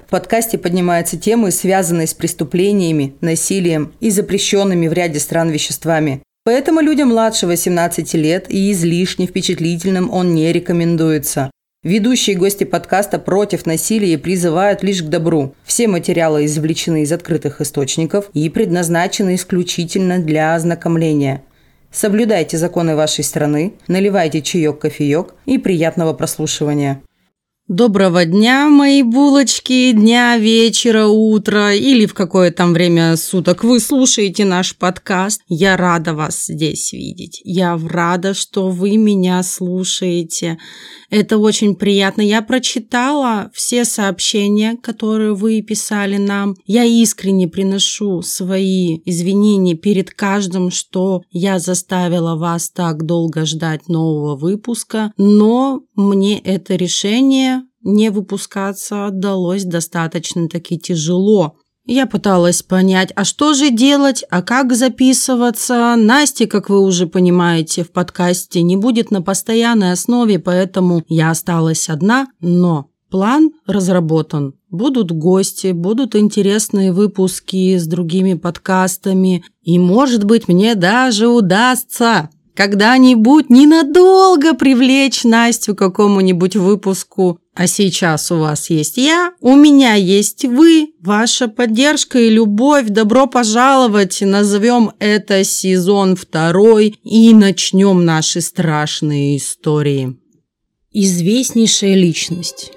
В подкасте поднимаются темы, связанные с преступлениями, насилием и запрещенными в ряде стран веществами. Поэтому людям младше 18 лет и излишне впечатлительным он не рекомендуется. Ведущие гости подкаста против насилия и призывают лишь к добру. Все материалы извлечены из открытых источников и предназначены исключительно для ознакомления. Соблюдайте законы вашей страны, наливайте чаек-кофеек и приятного прослушивания. Доброго дня, мои булочки, дня, вечера, утра или в какое там время суток вы слушаете наш подкаст. Я рада вас здесь видеть. Я рада, что вы меня слушаете. Это очень приятно. Я прочитала все сообщения, которые вы писали нам. Я искренне приношу свои извинения перед каждым, что я заставила вас так долго ждать нового выпуска, но мне это решение не выпускаться далось достаточно-таки тяжело. Я пыталась понять, а что же делать, а как записываться. Насти, как вы уже понимаете, в подкасте не будет на постоянной основе, поэтому я осталась одна, но план разработан. Будут гости, будут интересные выпуски с другими подкастами, и, может быть, мне даже удастся когда-нибудь ненадолго привлечь Настю к какому-нибудь выпуску. А сейчас у вас есть я, у меня есть вы, ваша поддержка и любовь. Добро пожаловать! Назовем это сезон 2 и начнем наши страшные истории. Известнейшая личность.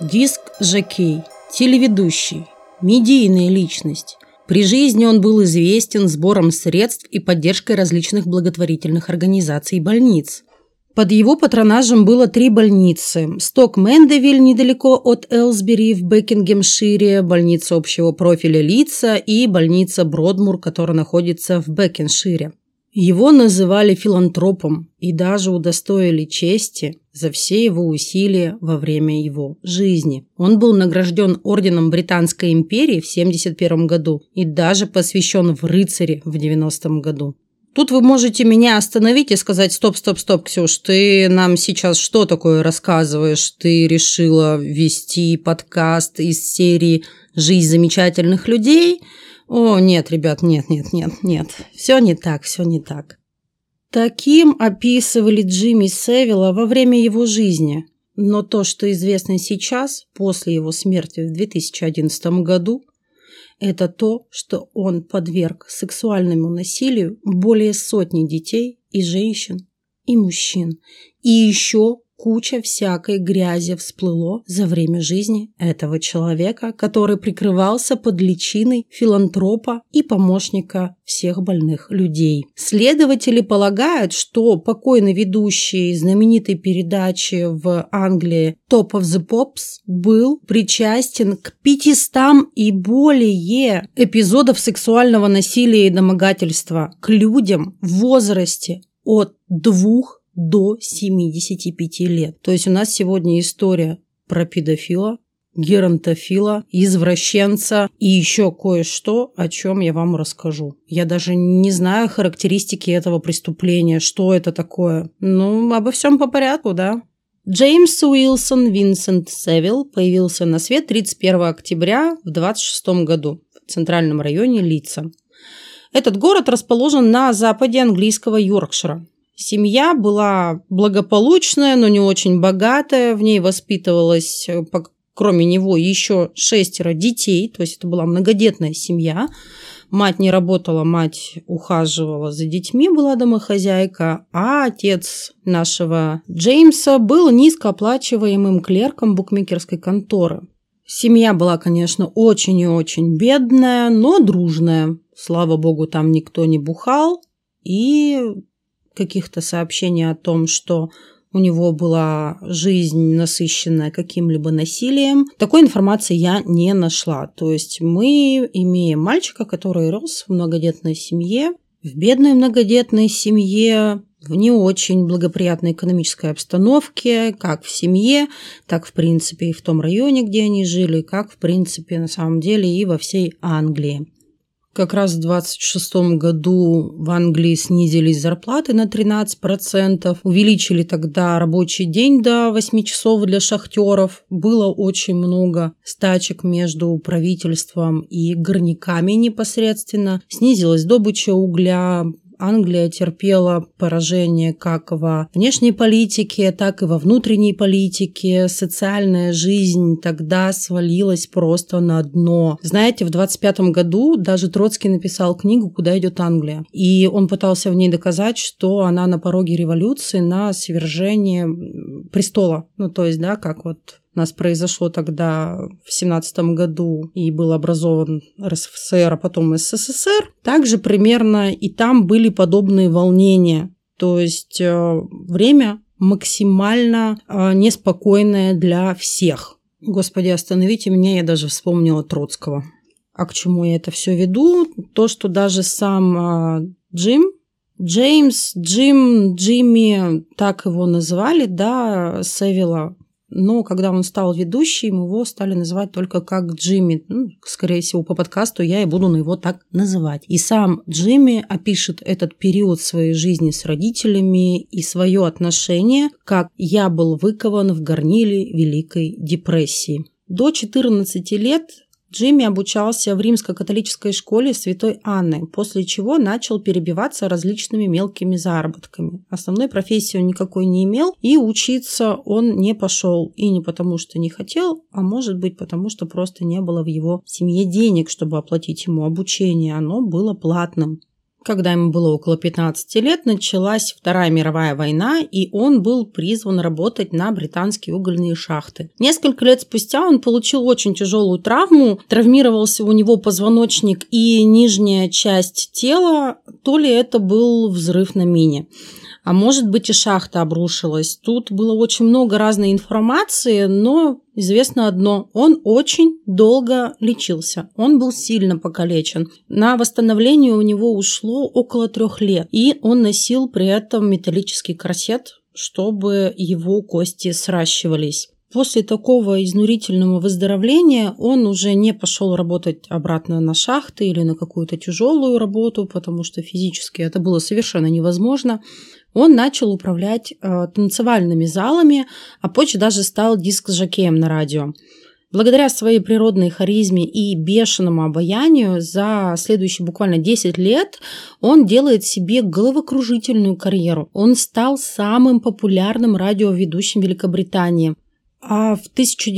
Диск-жокей, телеведущий, медийная личность. При жизни он был известен сбором средств и поддержкой различных благотворительных организаций и больниц. Под его патронажем было 3 больницы. Сток-Мендевиль недалеко от Элсбери в Бекингемшире, больница общего профиля Лидса и больница Бродмур, которая находится в Бекиншире. Его называли филантропом и даже удостоили чести за все его усилия во время его жизни. Он был награжден орденом Британской империи в 1971 году и даже посвящен в рыцари в 1990 году. Тут вы можете меня остановить и сказать: стоп, Ксюш, ты нам сейчас что такое рассказываешь? Ты решила вести подкаст из серии «Жизнь замечательных людей»? О, нет, ребят, нет. Все не так. Таким описывали Джимми Севилла во время его жизни. Но то, что известно сейчас, после его смерти в 2011 году, это то, что он подверг сексуальному насилию более сотни детей и женщин, и мужчин. И еще куча всякой грязи всплыло за время жизни этого человека, который прикрывался под личиной филантропа и помощника всех больных людей. Следователи полагают, что покойный ведущий знаменитой передачи в Англии Top of the Pops был причастен к 500 и более эпизодов сексуального насилия и домогательства к людям в возрасте от 2 до 75 лет. То есть у нас сегодня история про педофила, геронтофила, извращенца и еще кое-что, о чем я вам расскажу. Я даже не знаю характеристики этого преступления, что это такое. Ну, обо всем по порядку, да? Джеймс Уилсон Винсент Севилл появился на свет 31 октября в 1926 году в центральном районе Лидса. Этот город расположен на западе английского Йоркшира. Семья была благополучная, но не очень богатая. В ней воспитывалось, кроме него, еще 6 детей. То есть это была многодетная семья. Мать не работала, мать ухаживала за детьми, была домохозяйка. А отец нашего Джеймса был низкооплачиваемым клерком букмекерской конторы. Семья была, конечно, очень и очень бедная, но дружная. Слава богу, там никто не бухал. И каких-то сообщений о том, что у него была жизнь насыщенная каким-либо насилием. Такой информации я не нашла. То есть мы имеем мальчика, который рос в многодетной семье, в бедной многодетной семье, в не очень благоприятной экономической обстановке, как в семье, так в принципе и в том районе, где они жили, как в принципе на самом деле и во всей Англии. Как раз в 26 году в Англии снизились зарплаты на 13%, увеличили тогда рабочий день до 8 часов для шахтеров. Было очень много стачек между правительством и горняками непосредственно. Снизилась добыча угля. Англия терпела поражение как во внешней политике, так и во внутренней политике. Социальная жизнь тогда свалилась просто на дно. Знаете, в 25 году даже Троцкий написал книгу «Куда идет Англия?». И он пытался в ней доказать, что она на пороге революции, на свержение престола. То есть, как вот у нас произошло тогда в 17 году и был образован РСФСР, а потом СССР. Также примерно и там были подобные волнения. То есть время максимально неспокойное для всех. Господи, остановите меня, я даже вспомнила Троцкого. А к чему я это все веду? То, что даже сам Джимми, так его называли, Севилла. Но когда он стал ведущим, его стали называть только как Джимми. Скорее всего, по подкасту я и буду его так называть. И сам Джимми опишет этот период своей жизни с родителями и свое отношение, как «я был выкован в горниле Великой депрессии». До 14 лет Джимми обучался в римско-католической школе Святой Анны, после чего начал перебиваться различными мелкими заработками. Основной профессии он никакой не имел, и учиться он не пошел. И не потому, что не хотел, а может быть потому, что просто не было в его семье денег, чтобы оплатить ему обучение. Оно было платным. Когда ему было около 15 лет, началась Вторая мировая война, и он был призван работать на британские угольные шахты. Несколько лет спустя он получил очень тяжелую травму, травмировался у него позвоночник и нижняя часть тела, то ли это был взрыв на мине. А может быть и шахта обрушилась. Тут было очень много разной информации, но известно одно. Он очень долго лечился. Он был сильно покалечен. На восстановление у него ушло около 3 лет. И он носил при этом металлический корсет, чтобы его кости сращивались. После такого изнурительного выздоровления он уже не пошел работать обратно на шахты или на какую-то тяжелую работу, потому что физически это было совершенно невозможно. Он начал управлять танцевальными залами, а позже даже стал диск-жокеем на радио. Благодаря своей природной харизме и бешеному обаянию за следующие буквально 10 лет он делает себе головокружительную карьеру. Он стал самым популярным радиоведущим Великобритании. А в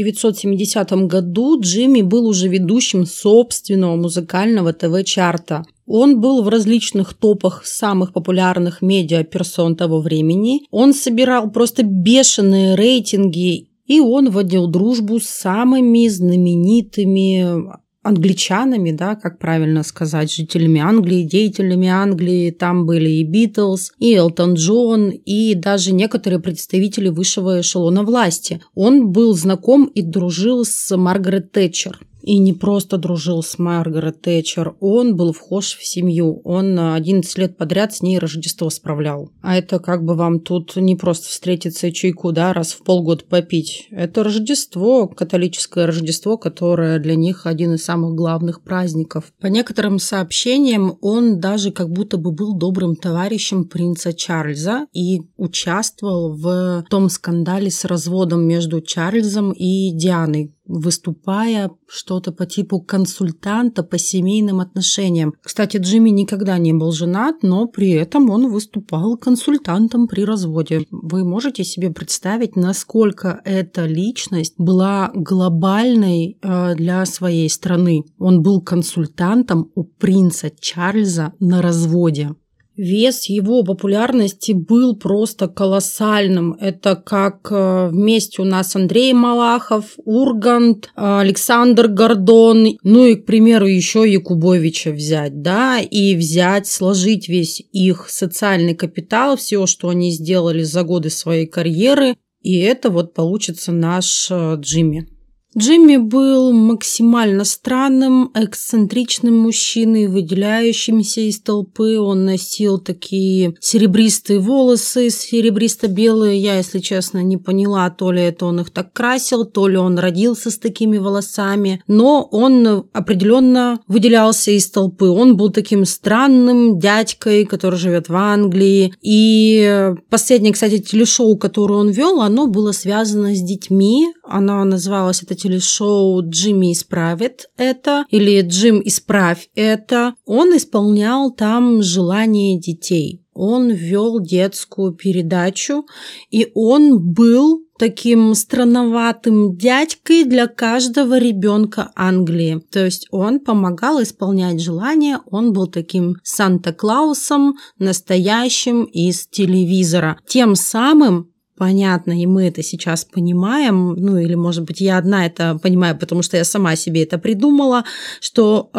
1970 году Джимми был уже ведущим собственного музыкального ТВ-чарта. Он был в различных топах самых популярных медиаперсон того времени. Он собирал просто бешеные рейтинги, и он вводил дружбу с самыми знаменитыми англичанами, как правильно сказать, жителями Англии, деятелями Англии. Там были и Битлз, и Элтон Джон, и даже некоторые представители высшего эшелона власти. Он был знаком и дружил с Маргарет Тэтчер. И не просто дружил с Маргарет Тэтчер, он был вхож в семью. Он 11 лет подряд с ней Рождество справлял. А это как бы вам тут не просто встретиться и чайку, раз в полгода попить. Это Рождество, католическое Рождество, которое для них один из самых главных праздников. По некоторым сообщениям, он даже как будто бы был добрым товарищем принца Чарльза и участвовал в том скандале с разводом между Чарльзом и Дианой, выступая что-то по типу консультанта по семейным отношениям. Кстати, Джимми никогда не был женат, но при этом он выступал консультантом при разводе. Вы можете себе представить, насколько эта личность была глобальной для своей страны? Он был консультантом у принца Чарльза на разводе. Вес его популярности был просто колоссальным. Это как вместе у нас Андрей Малахов, Ургант, Александр Гордон, и, к примеру, еще Якубовича взять, и взять, сложить весь их социальный капитал, все, что они сделали за годы своей карьеры, и это получится наш Джимми. Джимми был максимально странным, эксцентричным мужчиной, выделяющимся из толпы. Он носил такие серебристые волосы, серебристо-белые. Я, если честно, не поняла, то ли это он их так красил, то ли он родился с такими волосами. Но он определенно выделялся из толпы. Он был таким странным дядькой, который живет в Англии. И последнее, кстати, телешоу, которое он вел, оно было связано с детьми. Оно называлось, это телешоу «Джимми исправит это» или «Джим, исправь это». Он исполнял там желания детей. Он вел детскую передачу, и он был таким странноватым дядькой для каждого ребенка Англии. То есть он помогал исполнять желания, он был таким Санта-Клаусом, настоящим из телевизора. Тем самым, понятно, и мы это сейчас понимаем, ну или, может быть, я одна это понимаю, потому что я сама себе это придумала, что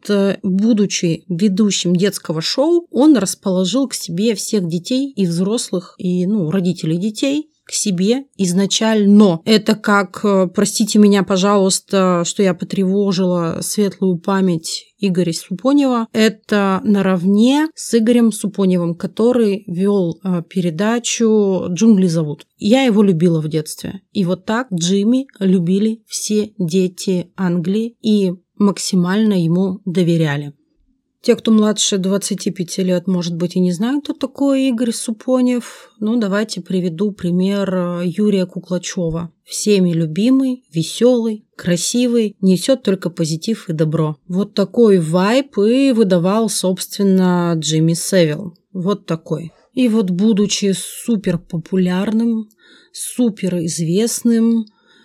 будучи ведущим детского шоу, он расположил к себе всех детей и взрослых, и родителей детей к себе изначально. Это как, простите меня, пожалуйста, что я потревожила светлую память Игоря Супонева. Это наравне с Игорем Супоневым, который вел передачу «Джунгли зовут». Я его любила в детстве. И вот так Джимми любили все дети Англии и максимально ему доверяли. Те, кто младше 25 лет, может быть, и не знают, кто такой Игорь Супонев. Давайте приведу пример Юрия Куклачева. Всеми любимый, веселый, красивый, несет только позитив и добро. Вот такой вайб и выдавал, собственно, Джимми Севилл. Вот такой. И вот, будучи супер популярным, супер известным,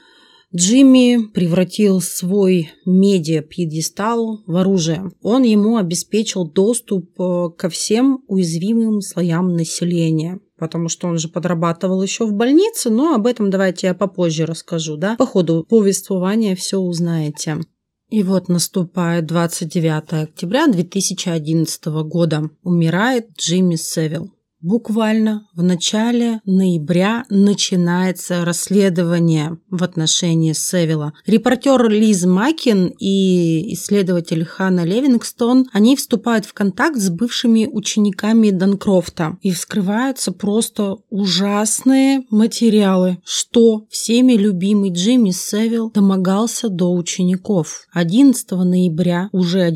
Джимми превратил свой медиа-пьедестал в оружие. Он ему обеспечил доступ ко всем уязвимым слоям населения. Потому что он же подрабатывал еще в больнице, но об этом давайте я попозже расскажу, да? По ходу повествования все узнаете. И вот наступает 29 октября 2011 года. Умирает Джимми Севилл. Буквально в начале ноября начинается расследование в отношении Севилла. Репортер Лиз Макин и исследователь Ханна Левингстон, они вступают в контакт с бывшими учениками Данкрофта. И вскрываются просто ужасные материалы, что всеми любимый Джимми Севилл домогался до учеников. 11 ноября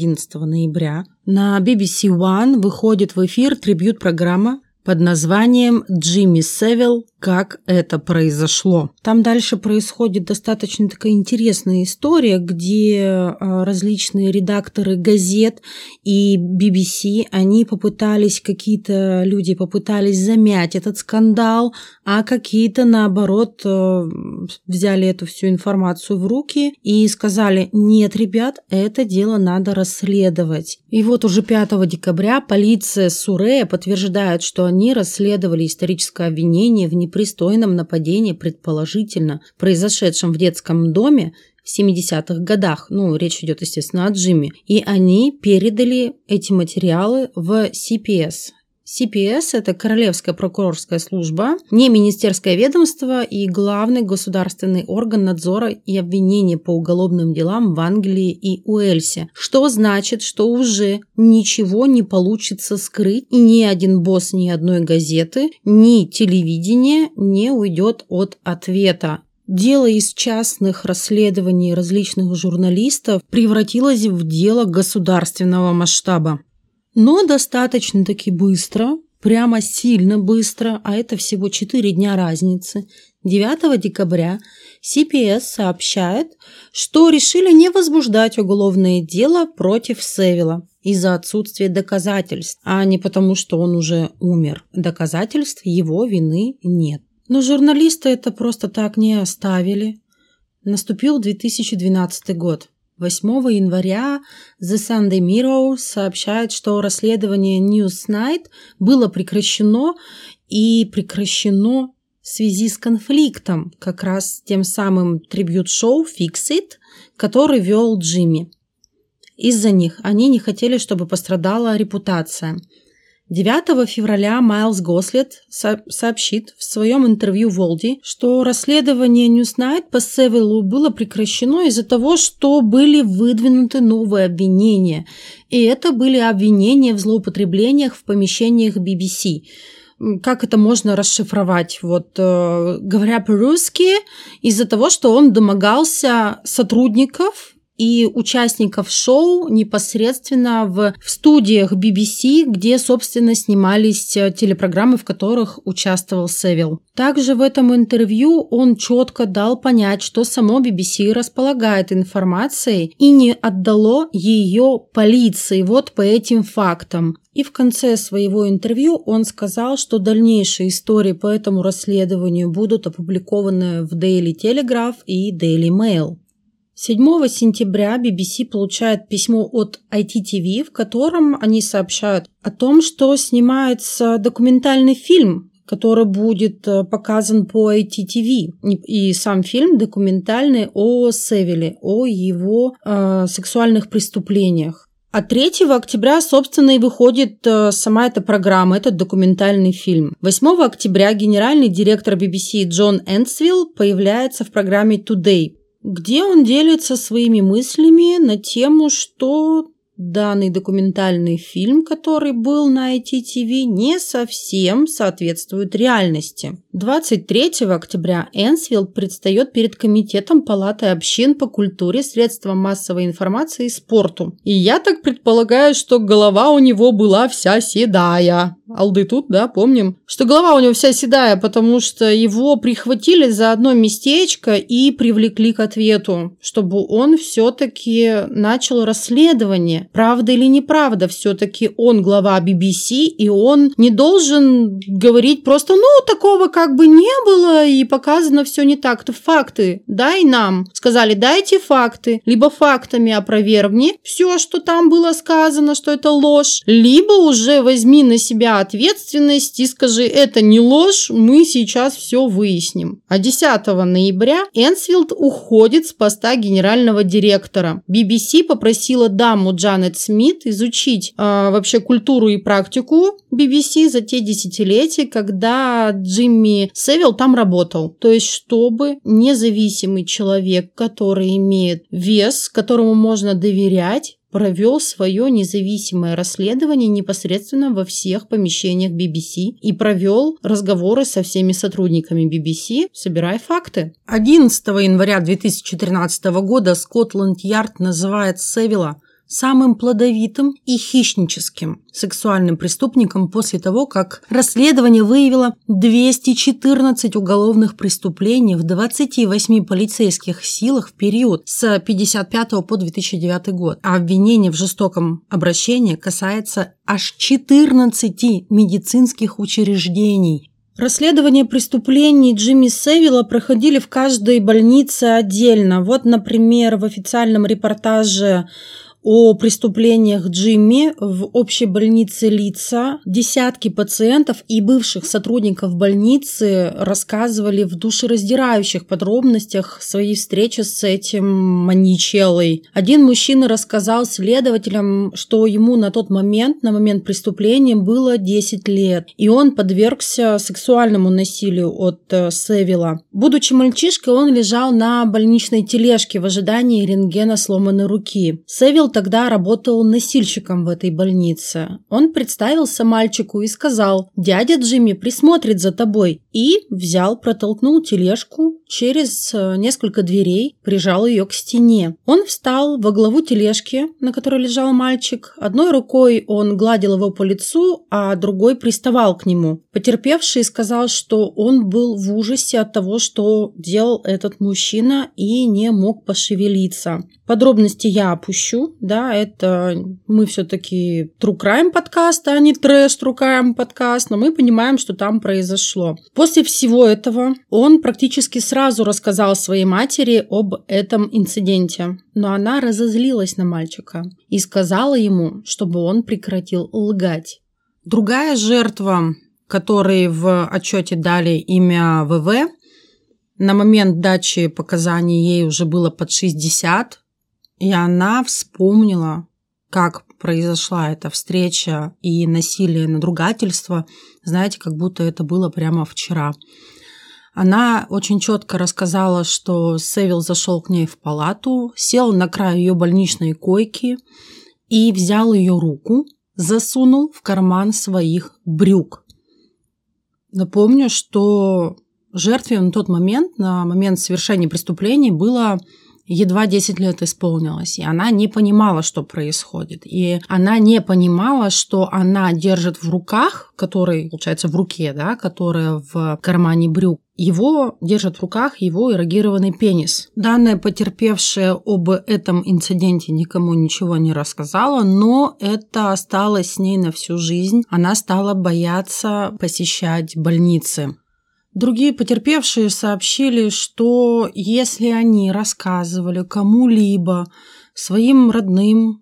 на BBC One выходит в эфир трибьют-программа под названием «Джимми Севилл. Как это произошло?». Там дальше происходит достаточно такая интересная история, где различные редакторы газет и BBC, какие-то люди попытались замять этот скандал, а какие-то, наоборот, взяли эту всю информацию в руки и сказали: нет, ребят, это дело надо расследовать. И вот уже 5 декабря полиция Суррея подтверждает, что они расследовали историческое обвинение в непристойном нападении, предположительно произошедшем в детском доме в 70-х годах. Речь идет, естественно, о Джимми. И они передали эти материалы в CPS. CPS – это Королевская прокурорская служба, не министерское ведомство и главный государственный орган надзора и обвинения по уголовным делам в Англии и Уэльсе. Что значит, что уже ничего не получится скрыть, и ни один босс ни одной газеты, ни телевидения не уйдет от ответа. Дело из частных расследований различных журналистов превратилось в дело государственного масштаба. Но достаточно-таки быстро, прямо сильно быстро, а это всего 4 дня разницы, 9 декабря CPS сообщает, что решили не возбуждать уголовное дело против Севилла из-за отсутствия доказательств, а не потому, что он уже умер. Доказательств его вины нет. Но журналисты это просто так не оставили. Наступил 2012 год. 8 января The Sunday Mirror сообщает, что расследование Newsnight было прекращено в связи с конфликтом, как раз с тем самым трибьют-шоу Fix It, который вел Джимми. Из-за них они не хотели, чтобы пострадала репутация. 9 февраля Майлз Гослет сообщит в своем интервью Волди, что расследование Newsnight по Севиллу было прекращено из-за того, что были выдвинуты новые обвинения. И это были обвинения в злоупотреблениях в помещениях BBC. Как это можно расшифровать? Говоря по-русски, из-за того, что он домогался сотрудников и участников шоу непосредственно в студиях BBC, где, собственно, снимались телепрограммы, в которых участвовал Севилл. Также в этом интервью он четко дал понять, что само BBC располагает информацией и не отдало ее полиции по этим фактам. И в конце своего интервью он сказал, что дальнейшие истории по этому расследованию будут опубликованы в Daily Telegraph и Daily Mail. 7 сентября BBC получает письмо от ITTV, в котором они сообщают о том, что снимается документальный фильм, который будет показан по ITTV. И сам фильм документальный о Севилле, о его сексуальных преступлениях. А 3 октября, собственно, и выходит сама эта программа, этот документальный фильм. 8 октября генеральный директор BBC Джон Энсвилл появляется в программе Today, где он делится своими мыслями на тему, что данный документальный фильм, который был на ITTV, не совсем соответствует реальности. 23 октября Энсвилл предстает перед комитетом Палаты общин по культуре, средствам массовой информации и спорту. И я так предполагаю, что голова у него была вся седая. Алды тут, да, помним, что голова у него вся седая, потому что его прихватили за одно местечко и привлекли к ответу, чтобы он все-таки начал расследование. Правда или неправда, все-таки он глава BBC, и он не должен говорить просто, такого как бы не было, и показано все не так. То факты дай нам. Сказали, дайте факты, либо фактами опровергни все, что там было сказано, что это ложь, либо уже возьми на себя ответственность и скажи, это не ложь, мы сейчас все выясним. А 10 ноября Энсвилл уходит с поста генерального директора. BBC попросила даму Джанет Смит изучить вообще культуру и практику BBC за те десятилетия, когда Джимми Севилл там работал. То есть, чтобы независимый человек, который имеет вес, которому можно доверять, провел свое независимое расследование непосредственно во всех помещениях BBC и провел разговоры со всеми сотрудниками BBC, собирая факты. 11 января 2013 года Скотланд-Ярд называет Севилла самым плодовитым и хищническим сексуальным преступником после того, как расследование выявило 214 уголовных преступлений в 28 полицейских силах в период с 1955 по 2009 год. А обвинение в жестоком обращении касается аж 14 медицинских учреждений. Расследования преступлений Джимми Севилла проходили в каждой больнице отдельно. Например, в официальном репортаже о преступлениях Джимми в общей больнице Лидса десятки пациентов и бывших сотрудников больницы рассказывали в душераздирающих подробностях свои встречи с этим маньячеллой. Один мужчина рассказал следователям, что ему на момент преступления было 10 лет, и он подвергся сексуальному насилию от Севилла. Будучи мальчишкой, он лежал на больничной тележке в ожидании рентгена сломанной руки. Севилл тогда работал носильщиком в этой больнице. Он представился мальчику и сказал: «Дядя Джимми присмотрит за тобой». И протолкнул тележку через несколько дверей, прижал ее к стене. Он встал во главу тележки, на которой лежал мальчик. Одной рукой он гладил его по лицу, а другой приставал к нему. Потерпевший сказал, что он был в ужасе от того, что делал этот мужчина, и не мог пошевелиться. Подробности я опущу, это мы все-таки True Crime подкаст, а не трэш True Crime подкаст, но мы понимаем, что там произошло. После всего этого он практически сразу рассказал своей матери об этом инциденте, но она разозлилась на мальчика и сказала ему, чтобы он прекратил лгать. Другая жертва, которой в отчете дали имя ВВ, на момент дачи показаний ей уже было под 60, и она вспомнила, как произошла эта встреча и насилие, надругательство, знаете, как будто это было прямо вчера. Она очень четко рассказала, что Севил зашел к ней в палату, сел на край ее больничной койки и взял ее руку, засунул в карман своих брюк. Напомню, что жертве на тот момент, на момент совершения преступления, было едва 10 лет исполнилось, и она не понимала, что происходит. И она не понимала, что она держит в руках, который, получается, в руке, да, которая в кармане брюк, его держит в руках его эрогированный пенис. Данная потерпевшая об этом инциденте никому ничего не рассказала, но это осталось с ней на всю жизнь. Она стала бояться посещать больницы. Другие потерпевшие сообщили, что если они рассказывали кому-либо, своим родным,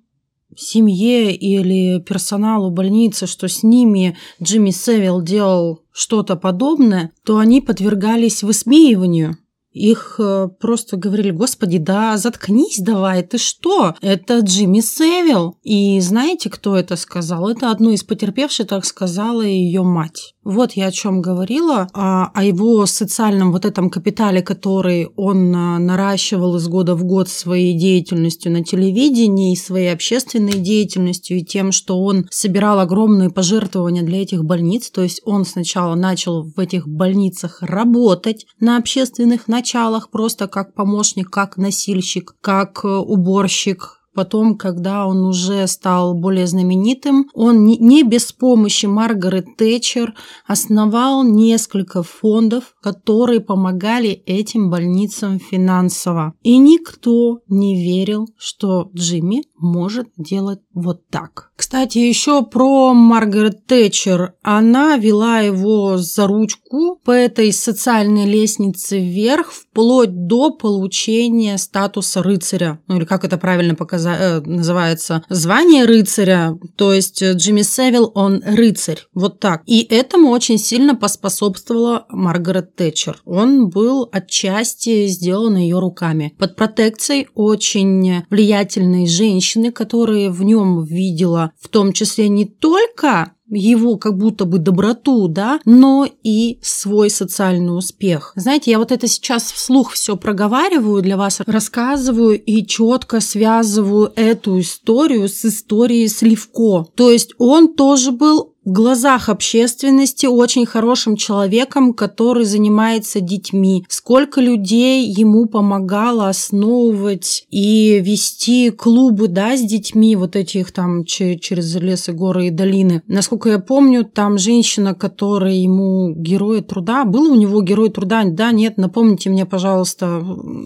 семье или персоналу больницы, что с ними Джимми Севил делал что-то подобное, то они подвергались высмеиванию. Их просто говорили: «Господи, да заткнись давай, ты что? Это Джимми Севил». И знаете, кто это сказал? Это одну из потерпевших так сказала ее мать. Вот я о чем говорила, о его социальном вот этом капитале, который он наращивал из года в год своей деятельностью на телевидении, своей общественной деятельностью и тем, что он собирал огромные пожертвования для этих больниц. То есть он сначала начал в этих больницах работать на общественных началах, просто как помощник, как носильщик, как уборщик. Потом, когда он уже стал более знаменитым, он не без помощи Маргарет Тэтчер основал несколько фондов, которые помогали этим больницам финансово. И никто не верил, что Джимми может делать вот так. Кстати, еще про Маргарет Тэтчер. Она вела его за ручку по этой социальной лестнице вверх, вплоть до получения статуса рыцаря. Ну или как это правильно называется? Звание рыцаря. То есть Джимми Севил, он рыцарь. Вот так. И этому очень сильно поспособствовала Маргарет Тэтчер. Он был отчасти сделан ее руками. Под протекцией очень влиятельной женщины, которая в нем видела в том числе не только его как будто бы доброту, да, но и свой социальный успех. Знаете, я вот это сейчас вслух все проговариваю, для вас рассказываю и четко связываю эту историю с историей Сливко. То есть он тоже был в глазах общественности очень хорошим человеком, который занимается детьми. Сколько людей ему помогало основывать и вести клубы, да, с детьми, вот этих там через лес и горы и долины. Насколько я помню, там женщина, которая ему герой труда, был у него герой труда, да, нет, напомните мне, пожалуйста.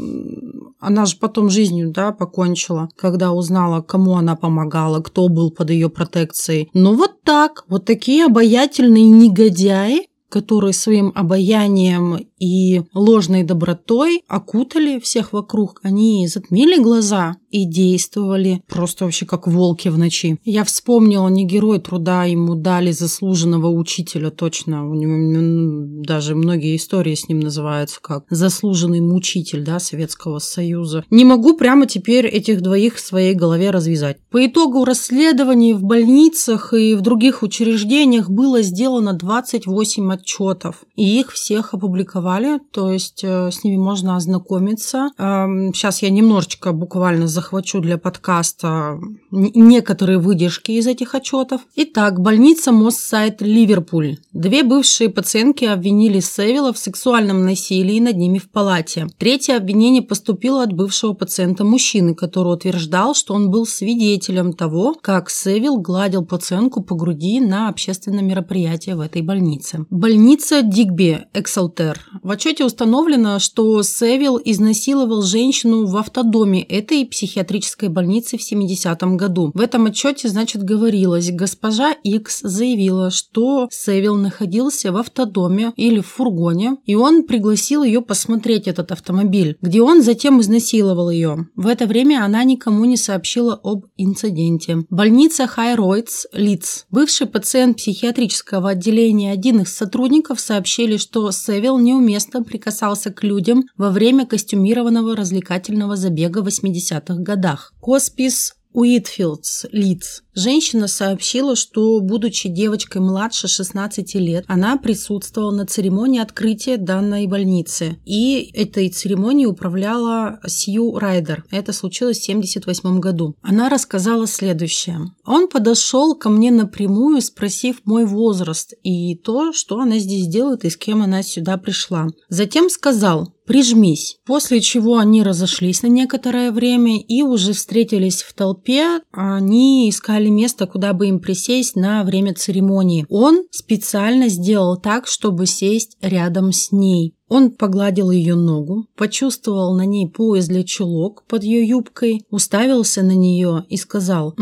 Она же потом жизнью, да, покончила, когда узнала, кому она помогала, кто был под ее протекцией. Ну вот так, вот такие обаятельные негодяи, которые своим обаянием и ложной добротой окутали всех вокруг. Они затмили глаза и действовали просто вообще как волки в ночи. Я вспомнила, не герой труда, ему дали заслуженного учителя, точно. У него даже многие истории с ним называются как заслуженный мучитель, да, Советского Союза. Не могу прямо теперь этих двоих в своей голове развязать. По итогу расследований в больницах и в других учреждениях было сделано 28 отчетов, и их всех опубликовали, то есть с ними можно ознакомиться. Сейчас я немножечко буквально захвачу для подкаста некоторые выдержки из этих отчетов. Итак, больница Моссайд, Ливерпуль. 2 бывшие пациентки обвинили Севила в сексуальном насилии над ними в палате. 3-е обвинение поступило от бывшего пациента мужчины, который утверждал, что он был свидетелем того, как Севил гладил пациентку по груди на общественном мероприятии в этой больнице. Больница Дигби, Экселтер. В отчете установлено, что Севил изнасиловал женщину в автодоме этой психиатрической больницы в 70-м году. В этом отчете, значит, говорилось: госпожа Икс заявила, что Севил находился в автодоме или в фургоне, и он пригласил ее посмотреть этот автомобиль, где он затем изнасиловал ее. В это время она никому не сообщила об инциденте. Больница Хайроидс, Лидс. Бывший пациент психиатрического отделения, один из сотрудников сообщили, что Севил неуместно прикасался к людям во время костюмированного развлекательного забега в 80-х годах. Хоспис Уитфилдс, Лидс. Женщина сообщила, что, будучи девочкой младше 16 лет, она присутствовала на церемонии открытия данной больницы. И этой церемонией управляла Сью Райдер. Это случилось в 1978 году. Она рассказала следующее. Он подошел ко мне напрямую, спросив мой возраст и то, что она здесь делает и с кем она сюда пришла. Затем сказал: «Прижмись». После чего они разошлись на некоторое время и уже встретились в толпе. Они искали место, куда бы им присесть на время церемонии. Он специально сделал так, чтобы сесть рядом с ней. Он погладил ее ногу, почувствовал на ней пояс для чулок под ее юбкой, уставился на нее и сказал: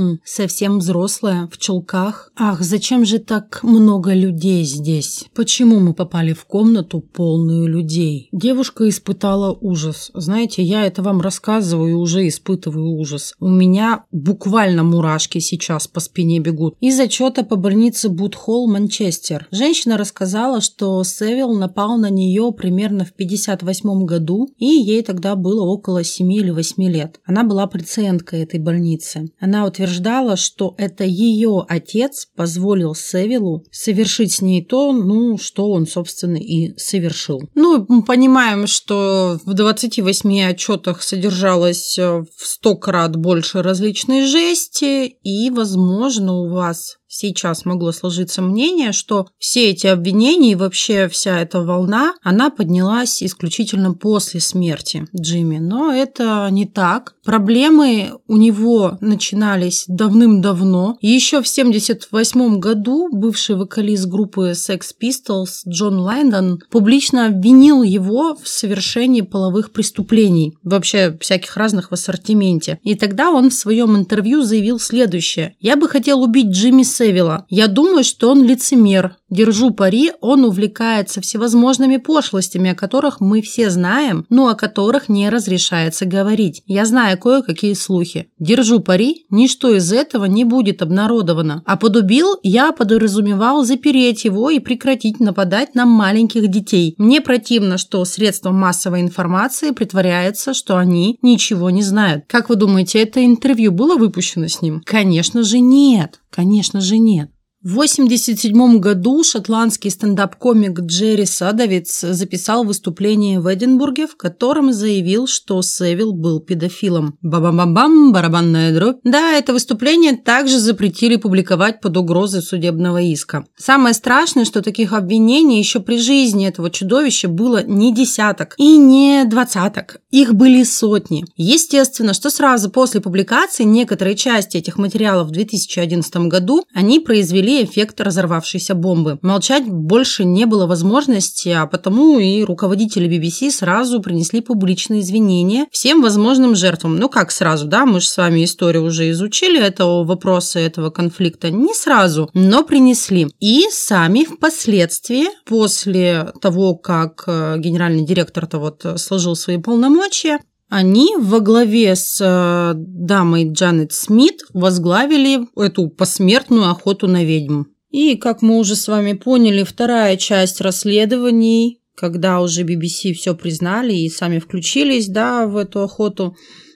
совсем взрослая, в чулках. Ах, зачем же так много людей здесь? Почему мы попали в комнату, полную людей? Девушка испытала ужас. Знаете, я это вам рассказываю и уже испытываю ужас. У меня буквально мурашки сейчас по спине бегут. Из отчета по больнице Бут-Холл, Манчестер. Женщина рассказала, что Севил напал на нее примерно в 1958 году, и ей тогда было около 7 или 8 лет. Она была пациенткой этой больницы. Она утверждала, что это ее отец позволил Севилу совершить с ней то, что он, собственно, и совершил. Мы понимаем, что в 28 отчетах содержалось в 100 крат больше различной жести, и, возможно, у вас сейчас могло сложиться мнение, что все эти обвинения и вообще вся эта волна, она поднялась исключительно после смерти Джимми. Но это не так. Проблемы у него начинались давным-давно. Еще в 1978 году бывший вокалист группы Sex Pistols Джон Лайндон публично обвинил его в совершении половых преступлений, вообще всяких разных в ассортименте. И тогда он в своем интервью заявил следующее: «Я бы хотел убить Джимми Севила. Я думаю, что он лицемер. Держу пари, он увлекается всевозможными пошлостями, о которых мы все знаем, но о которых не разрешается говорить. Я знаю кое-какие слухи. Держу пари, ничто из этого не будет обнародовано. А под убил я подразумевал запереть его и прекратить нападать на маленьких детей. Мне противно, что средства массовой информации притворяются, что они ничего не знают». Как вы думаете, это интервью было выпущено с ним? Конечно же нет. Конечно же нет. В 1987 году шотландский стендап-комик Джерри Садовиц записал выступление в Эдинбурге, в котором заявил, что Севил был педофилом. Ба-бам-бам-бам, барабанная дробь. Да, это выступление также запретили публиковать под угрозой судебного иска. Самое страшное, что таких обвинений еще при жизни этого чудовища было не десяток и не двадцаток. Их были сотни. Естественно, что сразу после публикации некоторые части этих материалов в 2011 году они произвели эффект разорвавшейся бомбы. Молчать больше не было возможности, а потому и руководители BBC сразу принесли публичные извинения всем возможным жертвам. Как сразу, да, мы же с вами историю уже изучили этого вопроса, этого конфликта. Не сразу, но принесли. И сами впоследствии, после того, как генеральный директор-то сложил свои полномочия, они во главе с дамой Джанет Смит возглавили эту посмертную охоту на ведьм. И, как мы уже с вами поняли, вторая часть расследований, когда уже BBC все признали и сами включились, в эту охоту,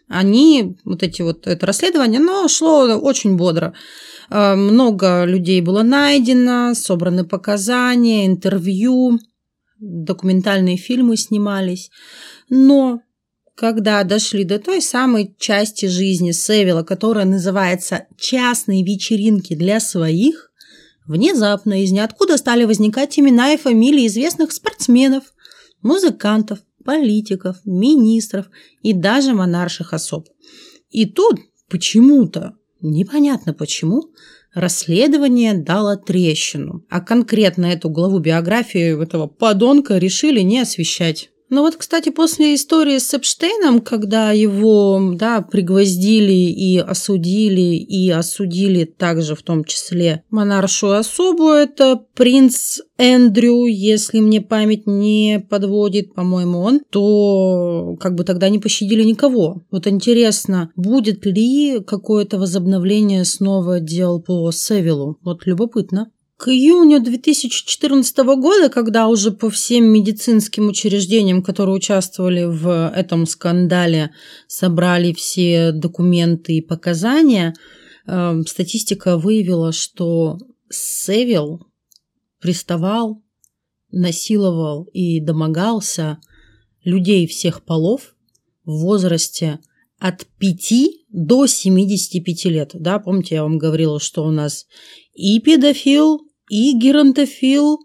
это расследование, оно шло очень бодро. Много людей было найдено, собраны показания, интервью, документальные фильмы снимались. Но когда дошли до той самой части жизни Севила, которая называется «частные вечеринки для своих», внезапно из ниоткуда стали возникать имена и фамилии известных спортсменов, музыкантов, политиков, министров и даже монарших особ. И тут почему-то, непонятно почему, расследование дало трещину, а конкретно эту главу биографии этого подонка решили не освещать. Кстати, после истории с Эпштейном, когда его, пригвоздили и осудили также в том числе монаршую особу, это принц Эндрю, если мне память не подводит, по-моему, он, то тогда не пощадили никого. Интересно, будет ли какое-то возобновление снова дел по Севилу? Любопытно. К июню 2014 года, когда уже по всем медицинским учреждениям, которые участвовали в этом скандале, собрали все документы и показания, статистика выявила, что Севил приставал, насиловал и домогался людей всех полов в возрасте от 5 до 75 лет. Да, помните, я вам говорила, что у нас и педофил, и геронтофил,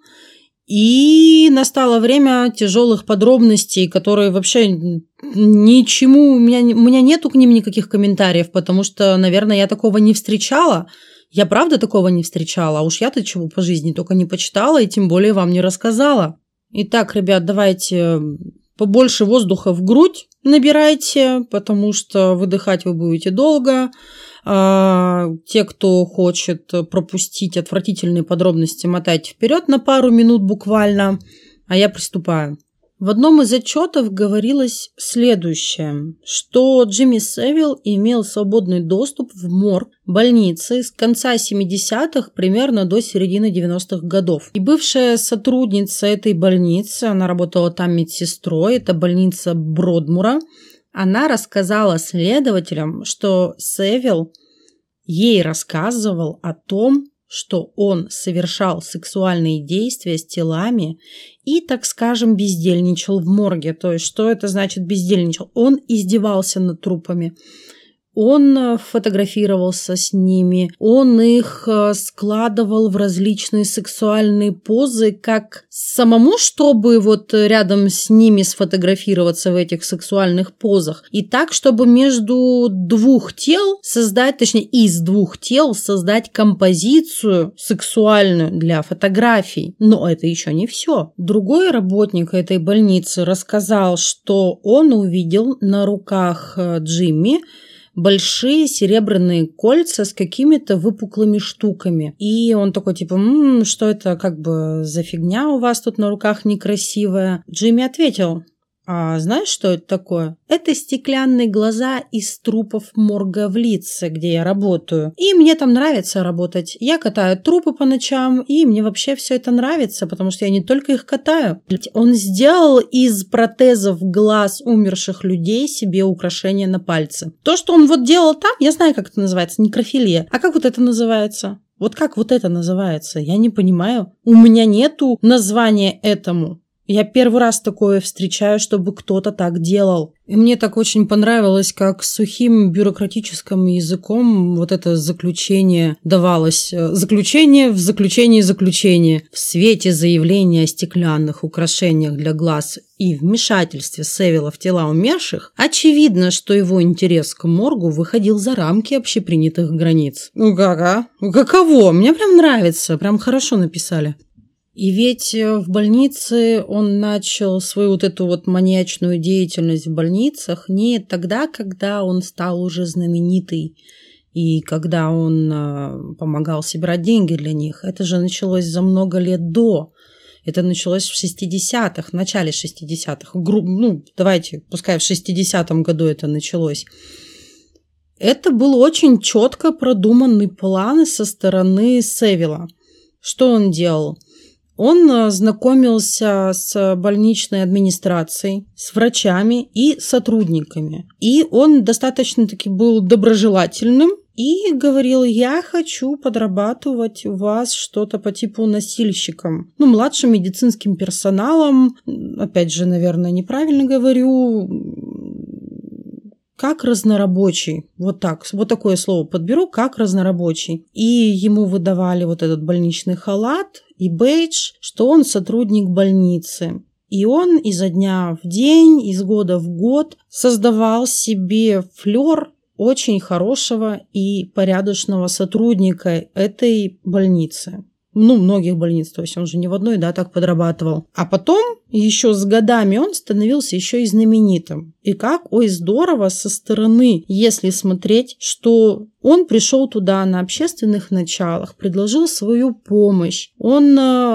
и настало время тяжелых подробностей, которые вообще ничему... У меня нету к ним никаких комментариев, потому что, наверное, я такого не встречала. Я правда такого не встречала, а уж я-то чего по жизни только не почитала и тем более вам не рассказала. Итак, ребят, давайте побольше воздуха в грудь набирайте, потому что выдыхать вы будете долго. Те, кто хочет пропустить отвратительные подробности, мотайте вперед на пару минут буквально, а я приступаю. В одном из отчетов говорилось следующее, что Джимми Севил имел свободный доступ в морг больницы с конца 70-х примерно до середины 90-х годов. И бывшая сотрудница этой больницы, она работала там медсестрой, это больница Бродмура, она рассказала следователям, что Севил ей рассказывал о том, что он совершал сексуальные действия с телами и, так скажем, бездельничал в морге. То есть, что это значит бездельничал? Он издевался над трупами. Он фотографировался с ними, он их складывал в различные сексуальные позы, как самому, чтобы вот рядом с ними сфотографироваться в этих сексуальных позах, и так, чтобы между двух тел создать, точнее, из двух тел создать композицию сексуальную для фотографий. Но это еще не все. Другой работник этой больницы рассказал, что он увидел на руках Джимми большие серебряные кольца с какими-то выпуклыми штуками. И он такой, типа, что это как бы за фигня у вас тут на руках некрасивая? Джимми ответил, а знаешь, что это такое? Это стеклянные глаза из трупов морга в Лидсе, где я работаю. И мне там нравится работать. Я катаю трупы по ночам, и мне вообще все это нравится, потому что я не только их катаю. Он сделал из протезов глаз умерших людей себе украшения на пальцы. То, что он вот делал там, я знаю, как это называется, некрофилия. А как вот это называется? Вот как вот это называется? Я не понимаю. У меня нету названия этому. Я первый раз такое встречаю, чтобы кто-то так делал. И мне так очень понравилось, как сухим бюрократическим языком вот это заключение давалось. Заключение в заключении заключения. В свете заявления о стеклянных украшениях для глаз и вмешательстве Севила в тела умерших, очевидно, что его интерес к моргу выходил за рамки общепринятых границ. Ну как, а? Ну каково? Мне прям нравится. Прям хорошо написали. И ведь в больнице он начал свою вот эту вот маньячную деятельность в больницах не тогда, когда он стал уже знаменитый и когда он помогал собирать деньги для них. Это же началось за много лет до. Это началось в 60-х, в начале 60-х. Давайте, пускай в 60-м году это началось. Это был очень четко продуманный план со стороны Севила. Что он делал? Он знакомился с больничной администрацией, с врачами и сотрудниками. И он достаточно-таки был доброжелательным и говорил, я хочу подрабатывать у вас что-то по типу носильщикам. Младшим медицинским персоналом, опять же, наверное, неправильно говорю, как разнорабочий. Вот такое слово подберу, как разнорабочий. И ему выдавали вот этот больничный халат и бейдж, что он сотрудник больницы. И он изо дня в день, из года в год создавал себе флёр очень хорошего и порядочного сотрудника этой больницы. Многих больниц, то есть он же не в одной, так подрабатывал. А потом, еще с годами, он становился еще и знаменитым. И как, здорово со стороны, если смотреть, что он пришел туда на общественных началах, предложил свою помощь. Он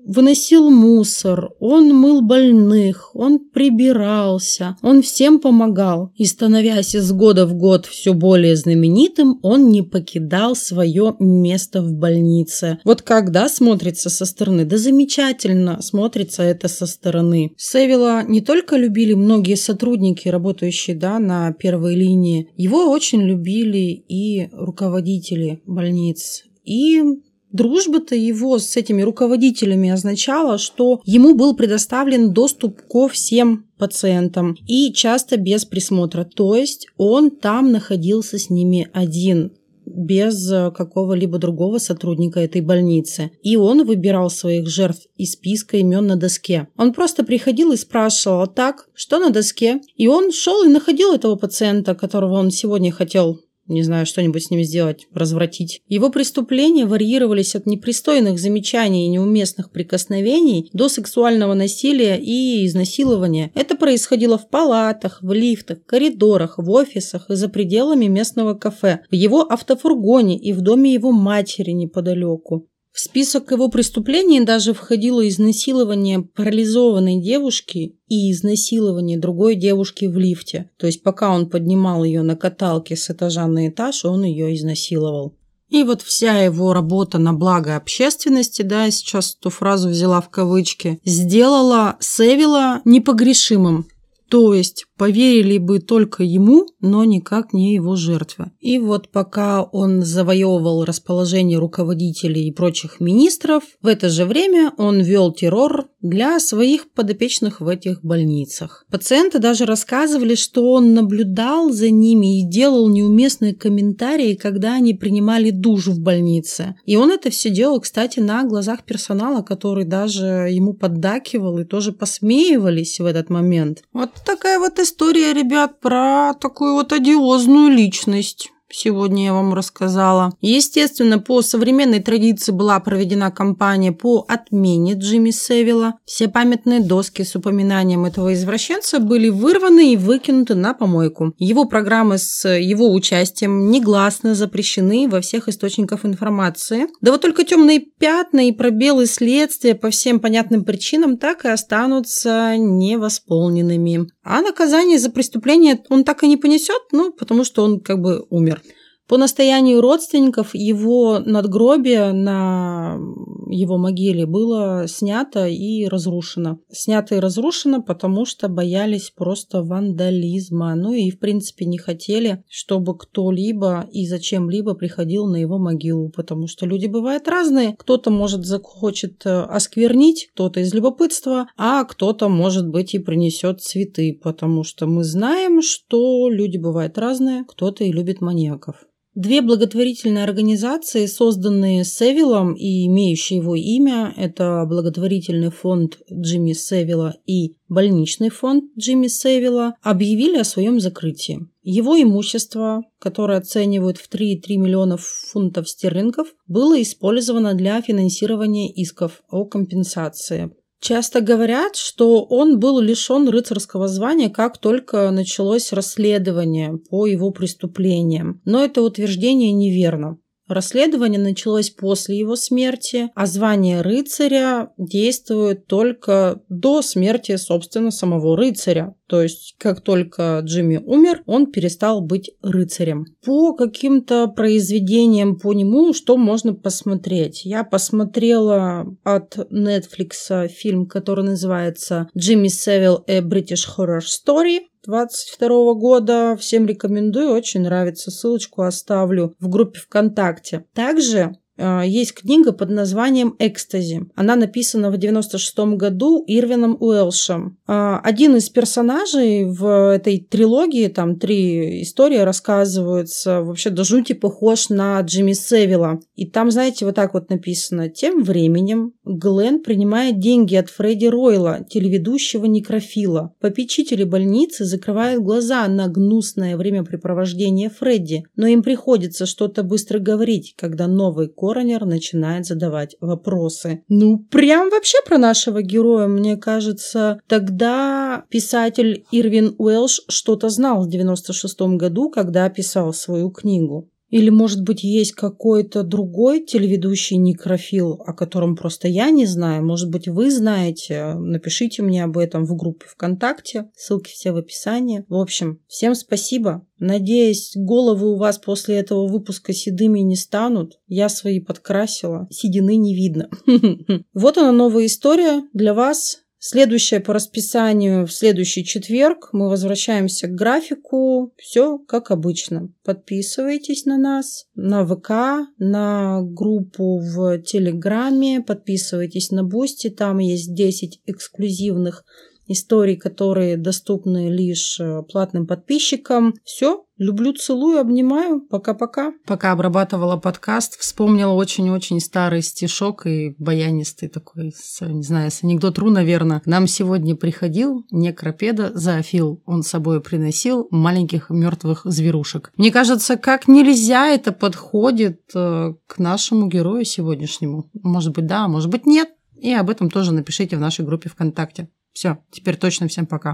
выносил мусор, он мыл больных, он прибирался, он всем помогал. И становясь из года в год все более знаменитым, он не покидал свое место в больнице. Вот когда смотрится со стороны, да замечательно смотрится это со стороны. Севилла не только любили многие сотрудники, работающие на первой линии, его очень любили и руководители больниц. И дружба-то его с этими руководителями означала, что ему был предоставлен доступ ко всем пациентам и часто без присмотра. То есть он там находился с ними один, без какого-либо другого сотрудника этой больницы. И он выбирал своих жертв из списка имен на доске. Он просто приходил и спрашивал: так, что на доске? И он шел и находил этого пациента, которого он сегодня хотел, не знаю, что-нибудь с ним сделать, развратить. Его преступления варьировались от непристойных замечаний и неуместных прикосновений до сексуального насилия и изнасилования. Это происходило в палатах, в лифтах, коридорах, в офисах и за пределами местного кафе, в его автофургоне и в доме его матери неподалеку. В список его преступлений даже входило изнасилование парализованной девушки и изнасилование другой девушки в лифте. То есть пока он поднимал ее на каталке с этажа на этаж, он ее изнасиловал. И вот вся его работа на благо общественности, я сейчас эту фразу взяла в кавычки, сделала Севилла непогрешимым. То есть поверили бы только ему, но никак не его жертве. И вот пока он завоевывал расположение руководителей и прочих министров, в это же время он вел террор для своих подопечных в этих больницах. Пациенты даже рассказывали, что он наблюдал за ними и делал неуместные комментарии, когда они принимали душ в больнице. И он это все делал, кстати, на глазах персонала, который даже ему поддакивал и тоже посмеивались в этот момент. Вот такая вот история, ребят, про такую вот одиозную личность. Сегодня я вам рассказала. Естественно, по современной традиции была проведена кампания по отмене Джимми Севилла. Все памятные доски с упоминанием этого извращенца были вырваны и выкинуты на помойку. Его программы с его участием негласно запрещены во всех источниках информации. Да вот только темные пятна и пробелы следствия по всем понятным причинам так и останутся невосполненными. А наказание за преступление он так и не понесет, потому что он умер. По настоянию родственников его надгробие на его могиле было снято и разрушено. Снято и разрушено, потому что боялись просто вандализма. И, в принципе, не хотели, чтобы кто-либо и зачем-либо приходил на его могилу, потому что люди бывают разные. Кто-то, может, захочет осквернить, кто-то из любопытства, а кто-то, может быть, и принесет цветы, потому что мы знаем, что люди бывают разные, кто-то и любит маньяков. Две благотворительные организации, созданные Севиллом и имеющие его имя, это благотворительный фонд Джимми Севилла и больничный фонд Джимми Севилла, объявили о своем закрытии. Его имущество, которое оценивают в 3,3 миллионов фунтов стерлингов, было использовано для финансирования исков о компенсации. Часто говорят, что он был лишен рыцарского звания, как только началось расследование по его преступлениям. Но это утверждение неверно. Расследование началось после его смерти, а звание рыцаря действует только до смерти, собственно, самого рыцаря. То есть, как только Джимми умер, он перестал быть рыцарем. По каким-то произведениям по нему, что можно посмотреть? Я посмотрела от Netflix фильм, который называется «Jimmy Savile: A British Horror Story». 22 года. Всем рекомендую, очень нравится. Ссылочку оставлю в группе ВКонтакте. Также есть книга под названием «Экстази». Она написана в 1996 году Ирвином Уэлшем. Один из персонажей в этой трилогии, там 3 истории рассказываются, вообще до жути похож на Джимми Севилла. И там, знаете, вот так вот написано: «Тем временем Глен принимает деньги от Фредди Ройла, телеведущего некрофила. Попечители больницы закрывают глаза на гнусное времяпрепровождение Фредди, но им приходится что-то быстро говорить, когда новый коронер начинает задавать вопросы». Прям вообще про нашего героя, мне кажется. Тогда писатель Ирвин Уэлш что-то знал в 1996 году, когда писал свою книгу. Или, может быть, есть какой-то другой телеведущий некрофил, о котором просто я не знаю. Может быть, вы знаете. Напишите мне об этом в группе ВКонтакте. Ссылки все в описании. В общем, всем спасибо. Надеюсь, головы у вас после этого выпуска седыми не станут. Я свои подкрасила. Седины не видно. Вот она, новая история для вас. Следующее по расписанию в следующий четверг. Мы возвращаемся к графику. Все как обычно. Подписывайтесь на нас, на ВК, на группу в Телеграме. Подписывайтесь на Бусти. Там есть 10 эксклюзивных историй, которые доступны лишь платным подписчикам. Все. Люблю, целую, обнимаю. Пока-пока. Пока обрабатывала подкаст, вспомнила очень-очень старый стишок и баянистый такой, не знаю, с анекдот.ру, наверное. К нам сегодня приходил некропеда зоофил. Он с собой приносил маленьких мертвых зверушек. Мне кажется, как нельзя это подходит к нашему герою сегодняшнему. Может быть, да, может быть, нет. И об этом тоже напишите в нашей группе ВКонтакте. Все, теперь точно всем пока.